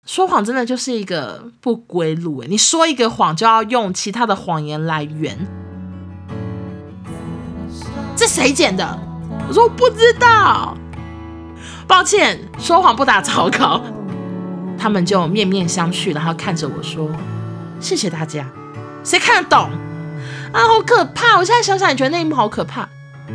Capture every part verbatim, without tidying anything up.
说谎真的就是一个不归路，你说一个谎就要用其他的谎言来圆。这谁剪的？我说我不知道，抱歉，说谎不打草稿。他们就面面相觑，然后看着我说谢谢大家。谁看得懂啊？好可怕，我现在想想也觉得那一幕好可怕。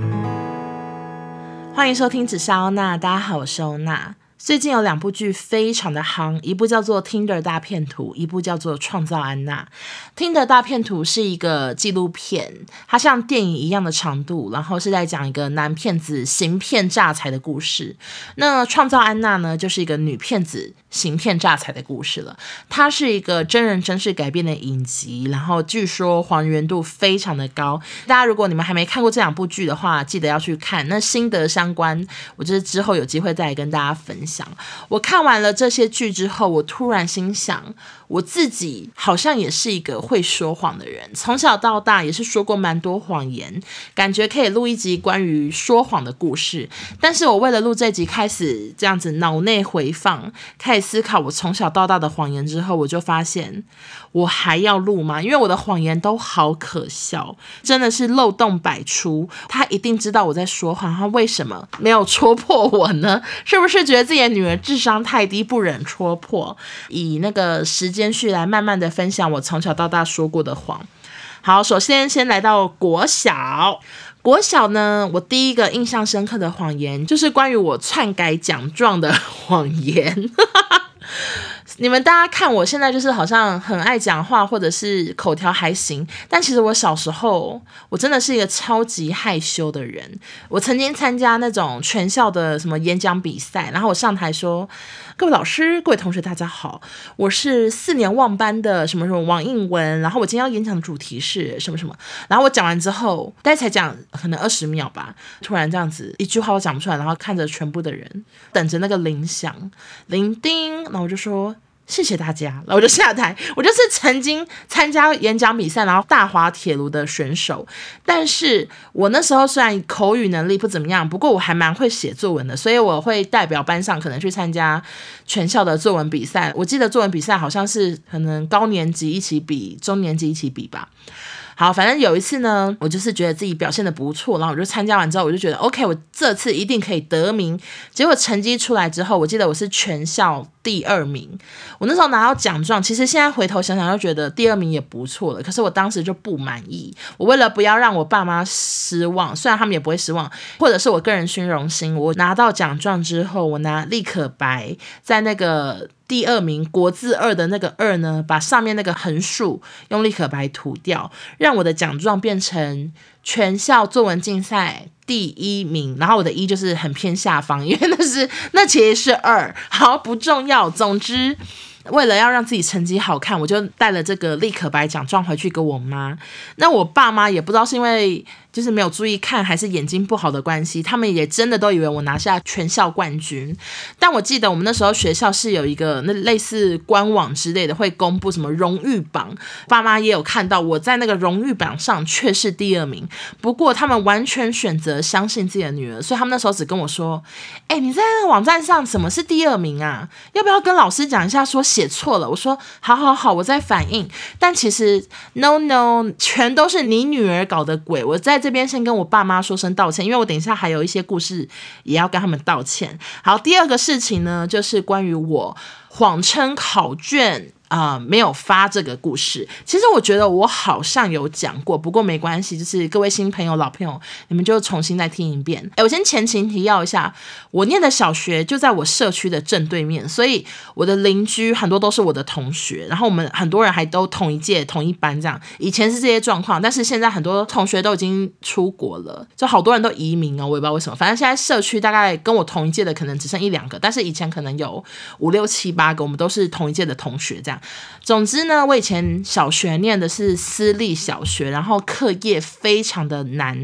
欢迎收听只是欧娜，大家好，我是欧娜。最近有两部剧非常的夯，一部叫做 Tinder 大骗图，一部叫做创造安娜。Tinder 大骗图是一个纪录片，它像电影一样的长度，然后是在讲一个男骗子行骗诈财的故事。那创造安娜呢，就是一个女骗子行骗诈财的故事了。它是一个真人真事改编的影集，然后据说还原度非常的高。大家如果你们还没看过这两部剧的话，记得要去看。那心得相关，我就是之后有机会再来跟大家分享。我看完了这些剧之后，我突然心想，我自己好像也是一个会说谎的人，从小到大也是说过蛮多谎言，感觉可以录一集关于说谎的故事。但是我为了录这集，开始这样子脑内回放，开始思考我从小到大的谎言之后，我就发现我还要录吗？因为我的谎言都好可笑，真的是漏洞百出。他一定知道我在说谎，他为什么没有戳破我呢？是不是觉得自己的女儿智商太低，不忍戳破？以那个时间序来慢慢的分享我从小到大说过的谎。好，首先先来到国小。国小呢，我第一个印象深刻的谎言就是关于我篡改奖状的谎言。你们大家看我现在就是好像很爱讲话，或者是口条还行，但其实我小时候我真的是一个超级害羞的人。我曾经参加那种全校的什么演讲比赛，然后我上台说，各位老师各位同学大家好，我是四年旺班的什么什么王应文，然后我今天要演讲的主题是什么什么，然后我讲完之后大概才讲可能二十秒吧，突然这样子一句话我讲不出来，然后看着全部的人等着那个铃响，铃叮，然后我就说谢谢大家，然后我就下台。我就是曾经参加演讲比赛然后大滑铁卢的选手，但是我那时候虽然口语能力不怎么样，不过我还蛮会写作文的，所以我会代表班上可能去参加全校的作文比赛。我记得作文比赛好像是可能高年级一起比，中年级一起比吧。好，反正有一次呢，我就是觉得自己表现得不错，然后我就参加完之后，我就觉得 OK， 我这次一定可以得名。结果成绩出来之后，我记得我是全校第二名。我那时候拿到奖状，其实现在回头想想就觉得第二名也不错了，可是我当时就不满意。我为了不要让我爸妈失望，虽然他们也不会失望，或者是我个人虚荣心，我拿到奖状之后，我拿立可白在那个第二名国字二的那个二呢，把上面那个横竖用立可白涂掉，让我的奖状变成全校作文竞赛第一名，然后我的一就是很偏下方，因为那是那其实是二，好不重要。总之为了要让自己成绩好看，我就带了这个立可白奖状回去给我妈。那我爸妈也不知道是因为就是没有注意看还是眼睛不好的关系，他们也真的都以为我拿下全校冠军。但我记得我们那时候学校是有一个那类似官网之类的，会公布什么荣誉榜，爸妈也有看到我在那个荣誉榜上却是第二名。不过他们完全选择相信自己的女儿，所以他们那时候只跟我说，哎、欸，你在那个网站上什么是第二名啊？要不要跟老师讲一下说写错了？我说好好好，我在反应。但其实 no no， 全都是你女儿搞的鬼。我在这边先跟我爸妈说声道歉，因为我等一下还有一些故事也要跟他们道歉。好，第二个事情呢，就是关于我谎称考卷啊、呃、没有发这个故事。其实我觉得我好像有讲过，不过没关系，就是各位新朋友老朋友你们就重新再听一遍。诶，我先前情提要一下，我念的小学就在我社区的正对面，所以我的邻居很多都是我的同学，然后我们很多人还都同一届同一班这样。以前是这些状况，但是现在很多同学都已经出国了，就好多人都移民哦，我也不知道为什么。反正现在社区大概跟我同一届的可能只剩一两个，但是以前可能有五六七八个，我们都是同一届的同学这样。总之呢，我以前小学念的是私立小学，然后课业非常的难。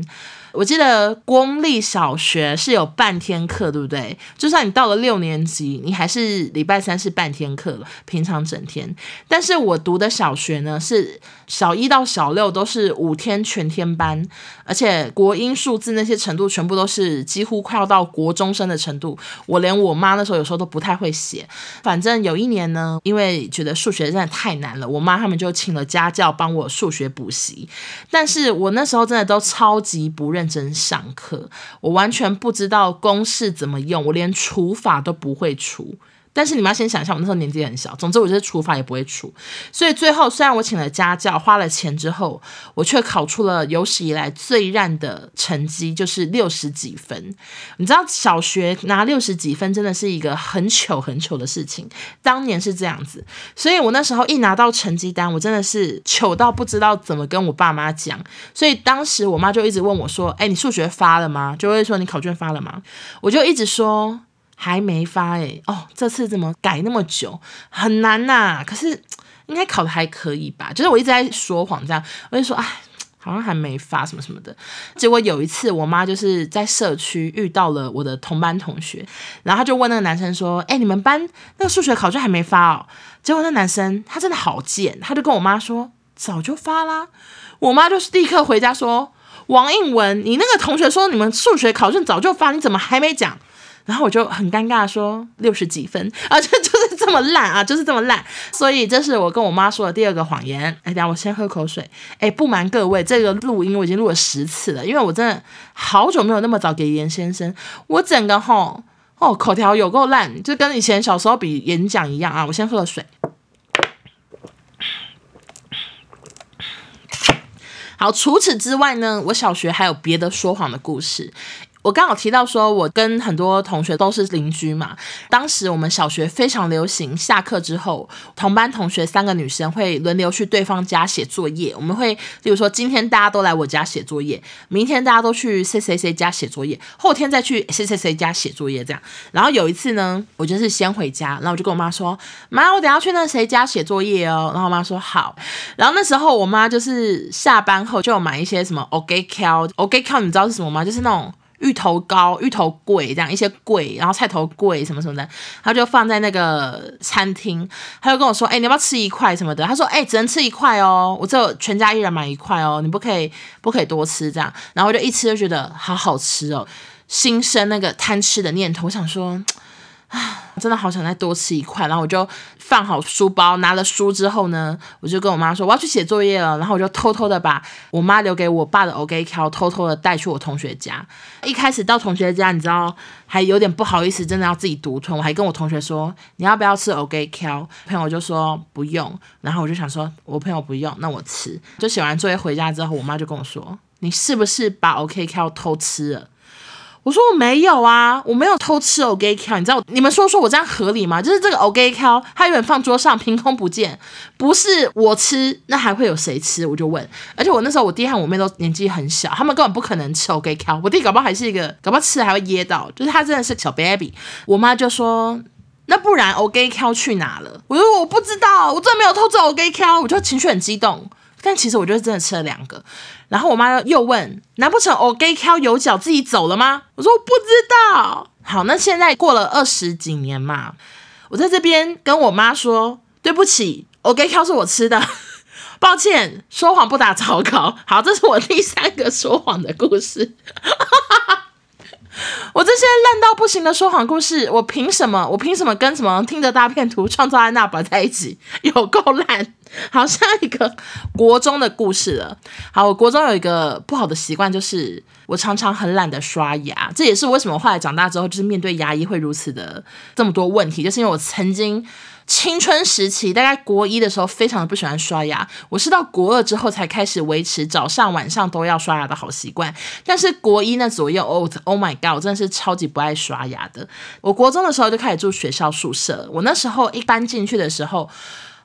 我记得公立小学是有半天课，对不对？就算你到了六年级，你还是礼拜三是半天课了，平常整天。但是我读的小学呢，是小一到小六都是五天全天班，而且国英数字那些程度全部都是几乎快要到国中生的程度。我连我妈那时候有时候都不太会写。反正有一年呢，因为觉得数学真的太难了，我妈他们就请了家教帮我数学补习。但是我那时候真的都超级不认真上课，我完全不知道公式怎么用，我连除法都不会除。但是你们要先想一下，我那时候年纪很小，总之我就是除法也不会除，所以最后虽然我请了家教，花了钱之后，我却考出了有史以来最烂的成绩，就是六十几分。你知道小学拿六十几分真的是一个很糗很糗的事情，当年是这样子，所以我那时候一拿到成绩单，我真的是糗到不知道怎么跟我爸妈讲，所以当时我妈就一直问我说，哎，你数学发了吗？就会说你考卷发了吗？我就一直说还没发哎、欸，哦，这次怎么改那么久，很难呐、啊。可是应该考的还可以吧？就是我一直在说谎，这样我就说，哎，好像还没发什么什么的。结果有一次，我妈就是在社区遇到了我的同班同学，然后她就问那个男生说，哎，你们班那个数学考卷还没发哦？结果那男生他真的好贱，他就跟我妈说，早就发啦。我妈就是立刻回家说，王应文，你那个同学说你们数学考卷早就发，你怎么还没讲？然后我就很尴尬说六十几分啊，就就是这么烂啊，就是这么烂。所以这是我跟我妈说的第二个谎言。哎，等一下我先喝口水。哎，不瞒各位，这个录音我已经录了十次了，因为我真的好久没有那么早给严先生，我整个吼哦口条有够烂，就跟以前小时候比演讲一样啊。我先喝了水。好，除此之外呢，我小学还有别的说谎的故事。我刚好提到说，我跟很多同学都是邻居嘛。当时我们小学非常流行，下课之后，同班同学三个女生会轮流去对方家写作业。我们会，例如说，今天大家都来我家写作业，明天大家都去谁谁谁家写作业，后天再去谁谁谁家写作业，这样。然后有一次呢，我就是先回家，然后我就跟我妈说：“妈，我等一下去那谁家写作业哦。”然后我妈说：“好。”然后那时候我妈就是下班后就有买一些什么 O G K O G K， 你知道是什么吗？就是那种芋头糕、芋头桂这样一些桂，然后菜头桂什么什么的，他就放在那个餐厅，他就跟我说：“哎、欸，你要不要吃一块什么的？”他说：“哎、欸，只能吃一块哦，我只有全家一人买一块哦，你不可以不可以多吃这样。”然后我就一吃就觉得好好吃哦，心生那个贪吃的念头，我想说。啊，真的好想再多吃一块，然后我就放好书包，拿了书之后呢，我就跟我妈说我要去写作业了，然后我就偷偷的把我妈留给我爸的 O G K 偷偷的带去我同学家。一开始到同学家，你知道还有点不好意思，真的要自己独吞，我还跟我同学说你要不要吃 O G K， 朋友就说不用，然后我就想说我朋友不用，那我吃。就写完作业回家之后，我妈就跟我说你是不是把 O G K 偷吃了？我说我没有啊，我没有偷吃 O G K， 你知道你们说说我这样合理吗？就是这个 O G K 它原本放桌上凭空不见，不是我吃，那还会有谁吃？我就问，而且我那时候我弟和我妹都年纪很小，他们根本不可能吃 O G K， 我弟搞不好还是一个，搞不好吃了还会噎到，就是他真的是小 baby。我妈就说。那不然 O G K 去哪了？我说我不知道，我真的没有偷吃 O G K， 我就情绪很激动。但其实我就是真的吃了两个，然后我妈又问，难不成 O G K 有脚自己走了吗？我说我不知道。好，那现在过了二十几年嘛，我在这边跟我妈说，对不起 ，O G K 是我吃的，抱歉，说谎不打草稿。好，这是我第三个说谎的故事。我这些烂到不行的说谎故事，我凭什么？我凭什么跟什么听着大片图创造安娜摆在一起？有够烂！好，下一个国中的故事了。好，我国中有一个不好的习惯，就是我常常很懒得刷牙。这也是为什么后来长大之后，就是面对牙医会如此的这么多问题，就是因为我曾经。青春时期大概国一的时候非常的不喜欢刷牙，我是到国二之后才开始维持早上晚上都要刷牙的好习惯，但是国一那左右 oh, oh my god 我真的是超级不爱刷牙的。我国中的时候就开始住学校宿舍，我那时候一搬进去的时候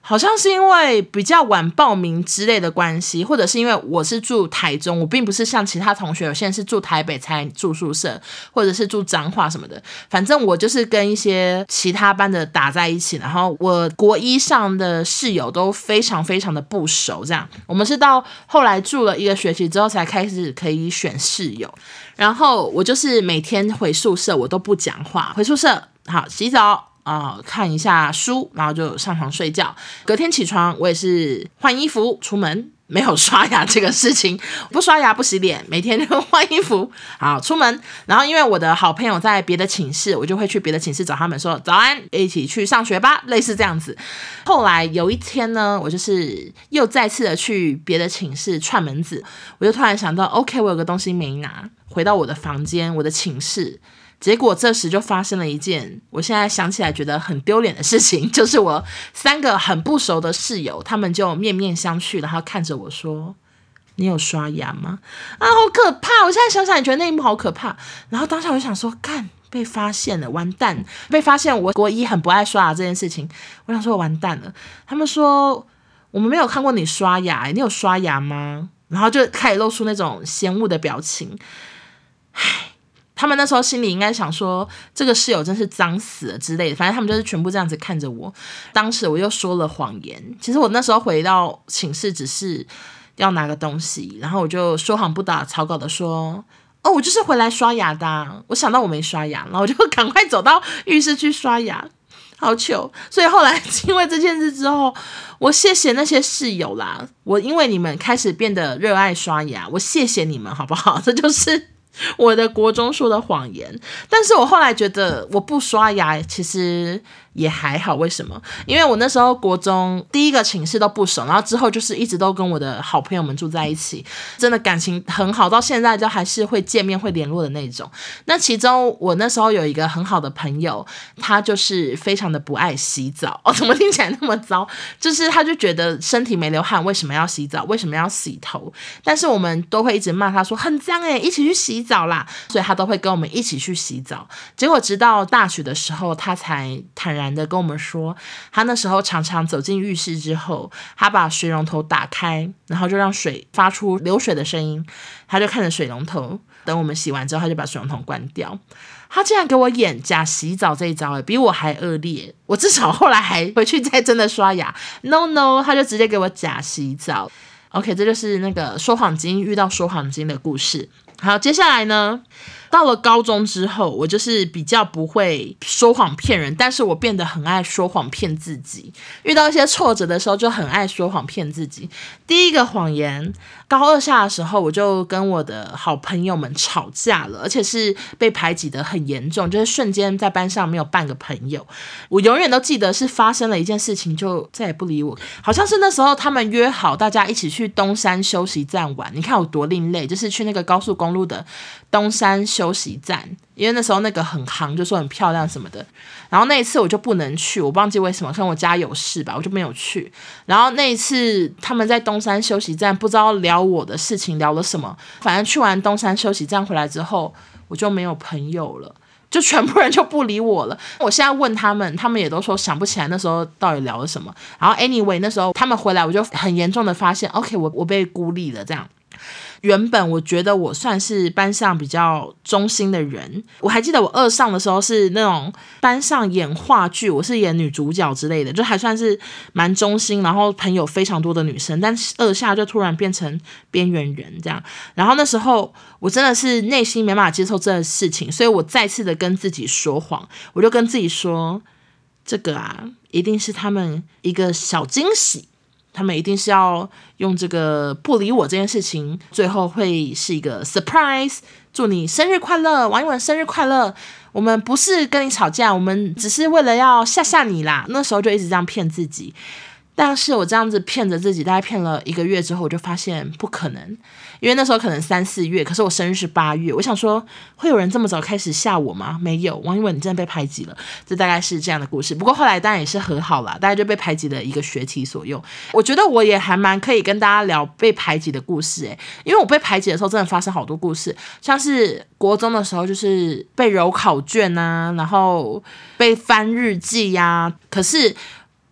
好像是因为比较晚报名之类的关系，或者是因为我是住台中，我并不是像其他同学有些人是住台北才住宿舍，或者是住彰化什么的，反正我就是跟一些其他班的打在一起，然后我国一上的室友都非常非常的不熟，这样我们是到后来住了一个学期之后才开始可以选室友，然后我就是每天回宿舍我都不讲话，回宿舍好洗澡啊、呃，看一下书，然后就上床睡觉。隔天起床，我也是换衣服出门，没有刷牙这个事情，不刷牙不洗脸，每天就换衣服，好出门。然后因为我的好朋友在别的寝室，我就会去别的寝室找他们说早安，一起去上学吧，类似这样子。后来有一天呢，我就是又再次的去别的寝室串门子，我就突然想到 OK 我有个东西没拿，回到我的房间，我的寝室。结果这时就发生了一件我现在想起来觉得很丢脸的事情，就是我三个很不熟的室友，他们就面面相觑，然后看着我说你有刷牙吗？啊，好可怕，我现在想想也觉得那一幕好可怕。然后当下我就想说干，被发现了，完蛋，被发现我国一很不爱刷牙这件事情，我想说完蛋了。他们说我们没有看过你刷牙，你有刷牙吗？然后就开始露出那种嫌恶的表情。唉，他们那时候心里应该想说这个室友真是脏死了之类的，反正他们就是全部这样子看着我。当时我又说了谎言，其实我那时候回到寝室只是要拿个东西，然后我就说谎不打草稿的说哦，我就是回来刷牙的、啊、我想到我没刷牙，然后我就赶快走到浴室去刷牙，好糗。所以后来因为这件事之后，我谢谢那些室友啦，我因为你们开始变得热爱刷牙，我谢谢你们好不好？这就是我的国中说的谎言。但是我后来觉得我不刷牙其实也还好，为什么？因为我那时候国中第一个寝室都不熟，然后之后就是一直都跟我的好朋友们住在一起，真的感情很好，到现在就还是会见面会联络的那种。那其中我那时候有一个很好的朋友，他就是非常的不爱洗澡哦，怎么听起来那么糟？就是他就觉得身体没流汗为什么要洗澡，为什么要洗头？但是我们都会一直骂他说很脏耶，一起去洗澡啦，所以他都会跟我们一起去洗澡。结果直到大学的时候，他才坦然的跟我们说，他那时候常常走进浴室之后，他把水龙头打开，然后就让水发出流水的声音，他就看着水龙头，等我们洗完之后他就把水龙头关掉。他竟然给我演假洗澡这一招，比我还恶劣。我至少后来还回去再真的刷牙 no no， 他就直接给我假洗澡。 OK， 这就是那个说谎精遇到说谎精的故事。好，接下来呢，到了高中之后，我就是比较不会说谎骗人，但是我变得很爱说谎骗自己。遇到一些挫折的时候，就很爱说谎骗自己。第一个谎言，高二下的时候，我就跟我的好朋友们吵架了，而且是被排挤得很严重，就是瞬间在班上没有半个朋友。我永远都记得是发生了一件事情，就再也不理我。好像是那时候他们约好大家一起去东山休息站玩，你看我多另类，就是去那个高速公路的东山休息站，因为那时候那个很行，就说很漂亮什么的。然后那一次我就不能去，我忘记为什么，可能我家有事吧，我就没有去。然后那一次他们在东山休息站不知道聊我的事情，聊了什么，反正去完东山休息站回来之后，我就没有朋友了，就全部人就不理我了。我现在问他们，他们也都说想不起来那时候到底聊了什么。然后 anyway 那时候他们回来，我就很严重的发现 OK 我我被孤立了这样。原本我觉得我算是班上比较中心的人，我还记得我二上的时候是那种班上演话剧，我是演女主角之类的，就还算是蛮中心，然后朋友非常多的女生。但是二下就突然变成边缘人这样，然后那时候我真的是内心没办法接受这个事情，所以我再次的跟自己说谎，我就跟自己说这个啊一定是他们一个小惊喜，他们一定是要用这个不理我这件事情，最后会是一个 surprise， 祝你生日快乐，王一文生日快乐，我们不是跟你吵架，我们只是为了要吓吓你啦。那时候就一直这样骗自己，但是我这样子骗着自己，大概骗了一个月之后，我就发现不可能，因为那时候可能三四月，可是我生日是八月，我想说会有人这么早开始吓我吗？没有，王一文你真的被排挤了，这大概是这样的故事。不过后来当然也是和好啦，大概就被排挤了一个学期左右。我觉得我也还蛮可以跟大家聊被排挤的故事诶，因为我被排挤的时候真的发生好多故事，像是国中的时候就是被揉考卷啊，然后被翻日记啊，可是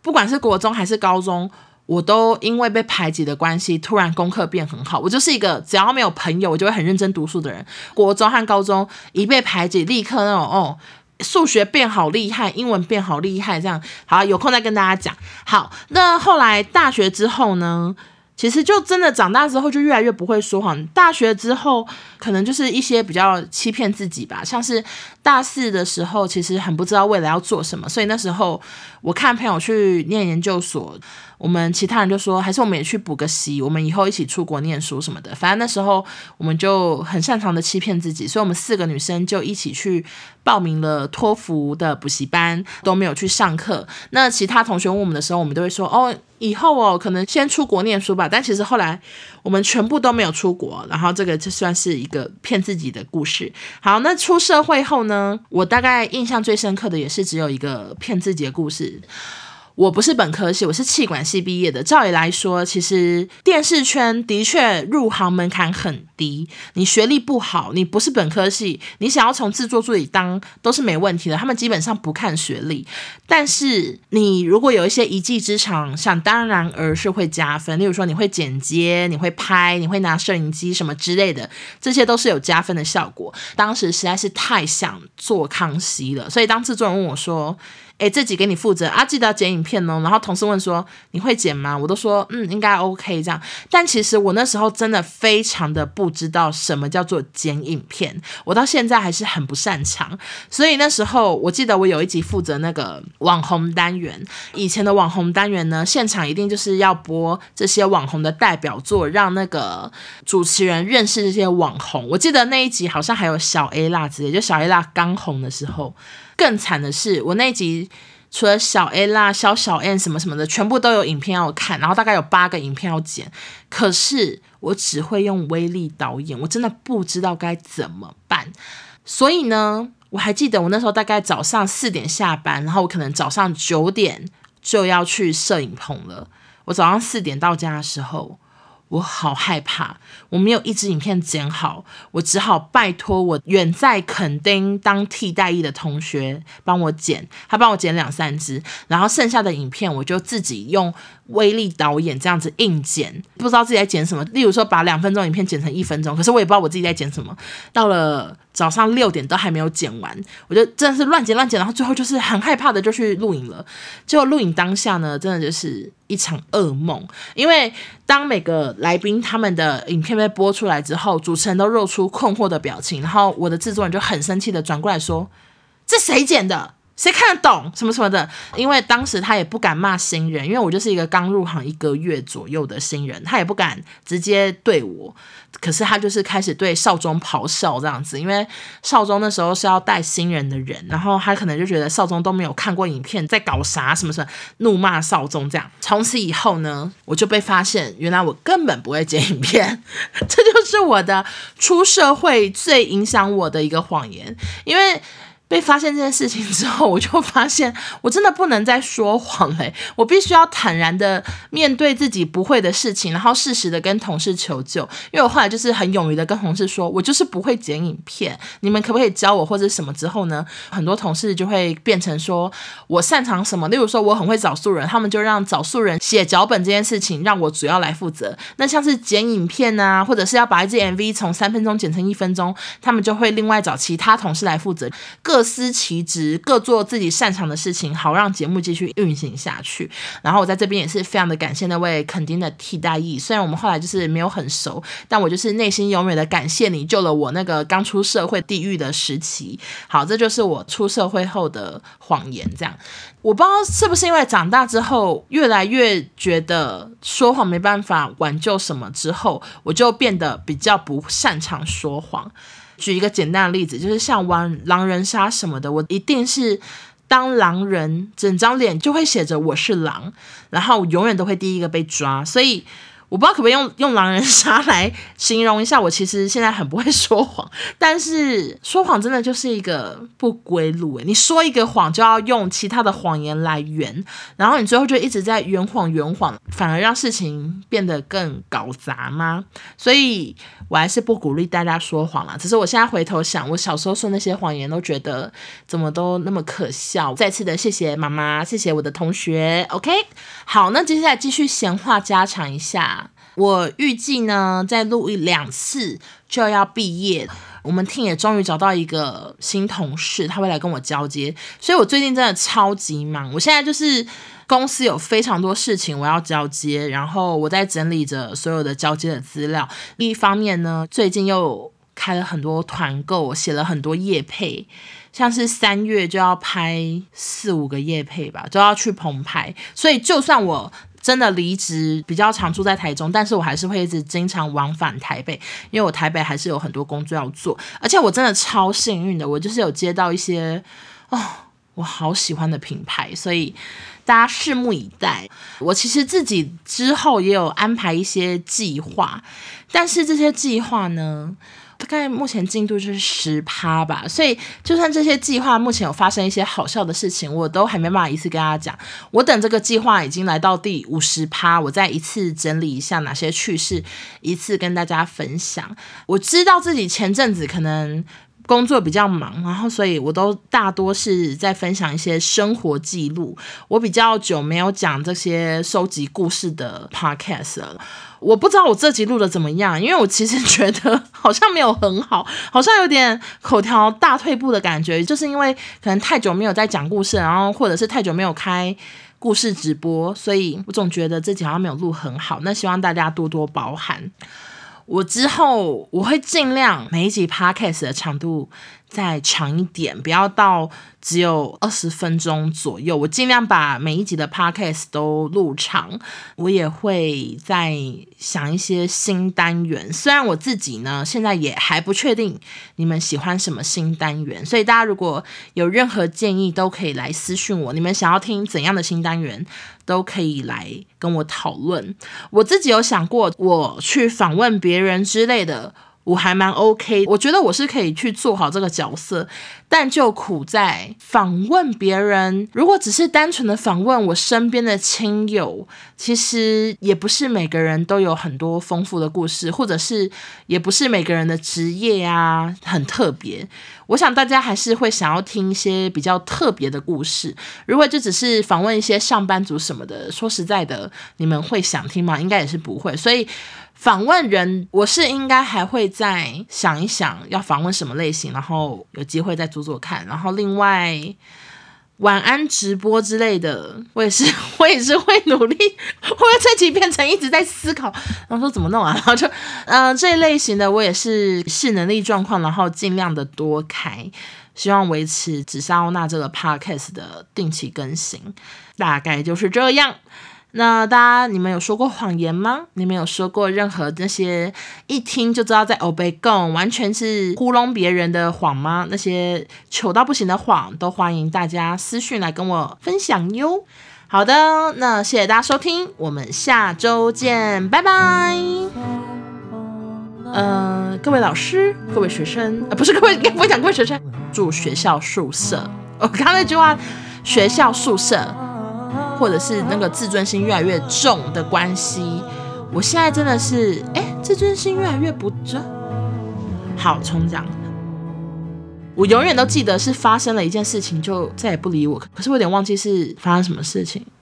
不管是国中还是高中，我都因为被排挤的关系，突然功课变很好。我就是一个只要没有朋友，我就会很认真读书的人。国中和高中一被排挤，立刻那种哦，数学变好厉害，英文变好厉害，这样好，有空再跟大家讲。好，那后来大学之后呢？其实就真的长大之后就越来越不会说谎。大学之后可能就是一些比较欺骗自己吧，像是大四的时候其实很不知道未来要做什么，所以那时候我看朋友去念研究所，我们其他人就说还是我们也去补个习，我们以后一起出国念书什么的。反正那时候我们就很擅长的欺骗自己，所以我们四个女生就一起去报名了托福的补习班，都没有去上课。那其他同学问我们的时候，我们都会说哦，以后哦可能先出国念书吧。但其实后来我们全部都没有出国，然后这个就算是一个骗自己的故事。好，那出社会后呢，我大概印象最深刻的也是只有一个骗自己的故事。我不是本科系，我是企管系毕业的。照理来说，其实电视圈的确入行门槛很低，你学历不好，你不是本科系，你想要从制作助理当都是没问题的，他们基本上不看学历。但是你如果有一些一技之长，想当然而是会加分。例如说你会剪接，你会拍，你会拿摄影机什么之类的，这些都是有加分的效果。当时实在是太想做康熙了，所以当制作人问我说哎，这集给你负责啊，记得要剪影片哦。然后同事问说你会剪吗？我都说嗯，应该 OK 这样。但其实我那时候真的非常的不知道什么叫做剪影片，我到现在还是很不擅长。所以那时候我记得我有一集负责那个网红单元，以前的网红单元呢，现场一定就是要播这些网红的代表作，让那个主持人认识这些网红。我记得那一集好像还有小 A 辣之类，就小 A 辣刚红的时候。更惨的是，我那一集除了小 A 啦、小小 N 什么什么的，全部都有影片要看，然后大概有八个影片要剪。可是我只会用威力导演，我真的不知道该怎么办。所以呢，我还记得我那时候大概早上四点下班，然后我可能早上九点就要去摄影棚了。我早上四点到家的时候，我好害怕，我没有一支影片剪好，我只好拜托我远在垦丁当替代役的同学帮我剪，他帮我剪两三支，然后剩下的影片我就自己用威力导演这样子硬剪，不知道自己在剪什么。例如说把两分钟影片剪成一分钟，可是我也不知道我自己在剪什么。到了早上六点都还没有剪完，我就真的是乱剪乱剪，然后最后就是很害怕的就去录影了。结果录影当下呢，真的就是一场噩梦，因为当每个来宾他们的影片被播出来之后，主持人都露出困惑的表情，然后我的制作人就很生气的转过来说：“这谁剪的？谁看得懂什么什么的？”因为当时他也不敢骂新人，因为我就是一个刚入行一个月左右的新人，他也不敢直接对我，可是他就是开始对少宗咆哮这样子，因为少宗那时候是要带新人的人，然后他可能就觉得少宗都没有看过影片，在搞啥什么什么，怒骂少宗这样。从此以后呢，我就被发现原来我根本不会剪影片，这就是我的出社会最影响我的一个谎言。因为被发现这件事情之后，我就发现我真的不能再说谎嘞，我必须要坦然的面对自己不会的事情，然后适时的跟同事求救。因为我后来就是很勇于的跟同事说，我就是不会剪影片，你们可不可以教我或者什么。之后呢，很多同事就会变成说我擅长什么，例如说我很会找素人，他们就让找素人写脚本这件事情让我主要来负责。那像是剪影片啊，或者是要把一支 M V 从三分钟剪成一分钟，他们就会另外找其他同事来负责，各司其职，各做自己擅长的事情，好让节目继续运行下去。然后我在这边也是非常的感谢那位垦丁的替代役，虽然我们后来就是没有很熟，但我就是内心永远的感谢你，救了我那个刚出社会地狱的时期。好，这就是我出社会后的谎言。这样我不知道是不是因为长大之后越来越觉得说谎没办法挽救什么，之后我就变得比较不擅长说谎。举一个简单的例子，就是像玩狼人杀什么的，我一定是当狼人，整张脸就会写着我是狼，然后我永远都会第一个被抓。所以我不知道可不可以用用狼人杀来形容一下，我其实现在很不会说谎，但是说谎真的就是一个不归路耶，你说一个谎就要用其他的谎言来圆，然后你最后就一直在圆谎圆谎，反而让事情变得更搞砸吗？所以我还是不鼓励大家说谎啦，只是我现在回头想，我小时候说那些谎言都觉得怎么都那么可笑。再次的谢谢妈妈，谢谢我的同学 OK。 好，那接下来继续闲话家常一下，我预计呢再录一两次就要毕业，我们 team 也终于找到一个新同事，他会来跟我交接，所以我最近真的超级忙，我现在就是公司有非常多事情我要交接，然后我在整理着所有的交接的资料。另一方面呢，最近又开了很多团购，写了很多业配，像是三月就要拍四五个业配吧，都要去棚拍，所以就算我真的离职比较常住在台中，但是我还是会一直经常往返台北，因为我台北还是有很多工作要做，而且我真的超幸运的，我就是有接到一些哦我好喜欢的品牌，所以大家拭目以待。我其实自己之后也有安排一些计划，但是这些计划呢大概目前进度就是 百分之十 吧，所以就算这些计划目前有发生一些好笑的事情，我都还没办法一次跟大家讲，我等这个计划已经来到第 百分之五十， 我再一次整理一下哪些趣事，一次跟大家分享。我知道自己前阵子可能工作比较忙，然后所以我都大多是在分享一些生活记录，我比较久没有讲这些收集故事的 podcast 了。我不知道我这集录的怎么样，因为我其实觉得好像没有很好，好像有点口条大退步的感觉，就是因为可能太久没有在讲故事，然后或者是太久没有开故事直播，所以我总觉得这集好像没有录很好，那希望大家多多包涵。我之后我会尽量每一集 podcast 的长度再长一点，不要到只有二十分钟左右，我尽量把每一集的 podcast 都录长。我也会再想一些新单元，虽然我自己呢现在也还不确定你们喜欢什么新单元，所以大家如果有任何建议都可以来私讯我，你们想要听怎样的新单元都可以来跟我讨论。我自己有想过我去访问别人之类的，我还蛮 OK， 我觉得我是可以去做好这个角色，但就苦在访问别人，如果只是单纯的访问我身边的亲友，其实也不是每个人都有很多丰富的故事，或者是也不是每个人的职业啊很特别，我想大家还是会想要听一些比较特别的故事。如果就只是访问一些上班族什么的，说实在的，你们会想听吗？应该也是不会，所以访问人我是应该还会再想一想要访问什么类型，然后有机会再做做看。然后另外晚安直播之类的，我也是我也是会努力，会不会这集变成一直在思考，然后说怎么弄啊，然后就呃这一类型的我也是视能力状况，然后尽量的多开，希望维持紫砂欧娜这个 podcast 的定期更新，大概就是这样。那大家你们有说过谎言吗？你们有说过任何那些一听就知道在欧北共完全是糊弄别人的谎吗？那些糗到不行的谎都欢迎大家私讯来跟我分享哟。好的，那谢谢大家收听，我们下周见，拜拜。呃，各位老师，各位学生，呃，不是各位，应该不会讲各位学生，住学校宿舍。我刚刚那句话，学校宿舍。或者是那个自尊心越来越重的关系，我现在真的是哎，自尊心越来越不重。好，重讲，我永远都记得是发生了一件事情就再也不理我，可是我有点忘记是发生什么事情。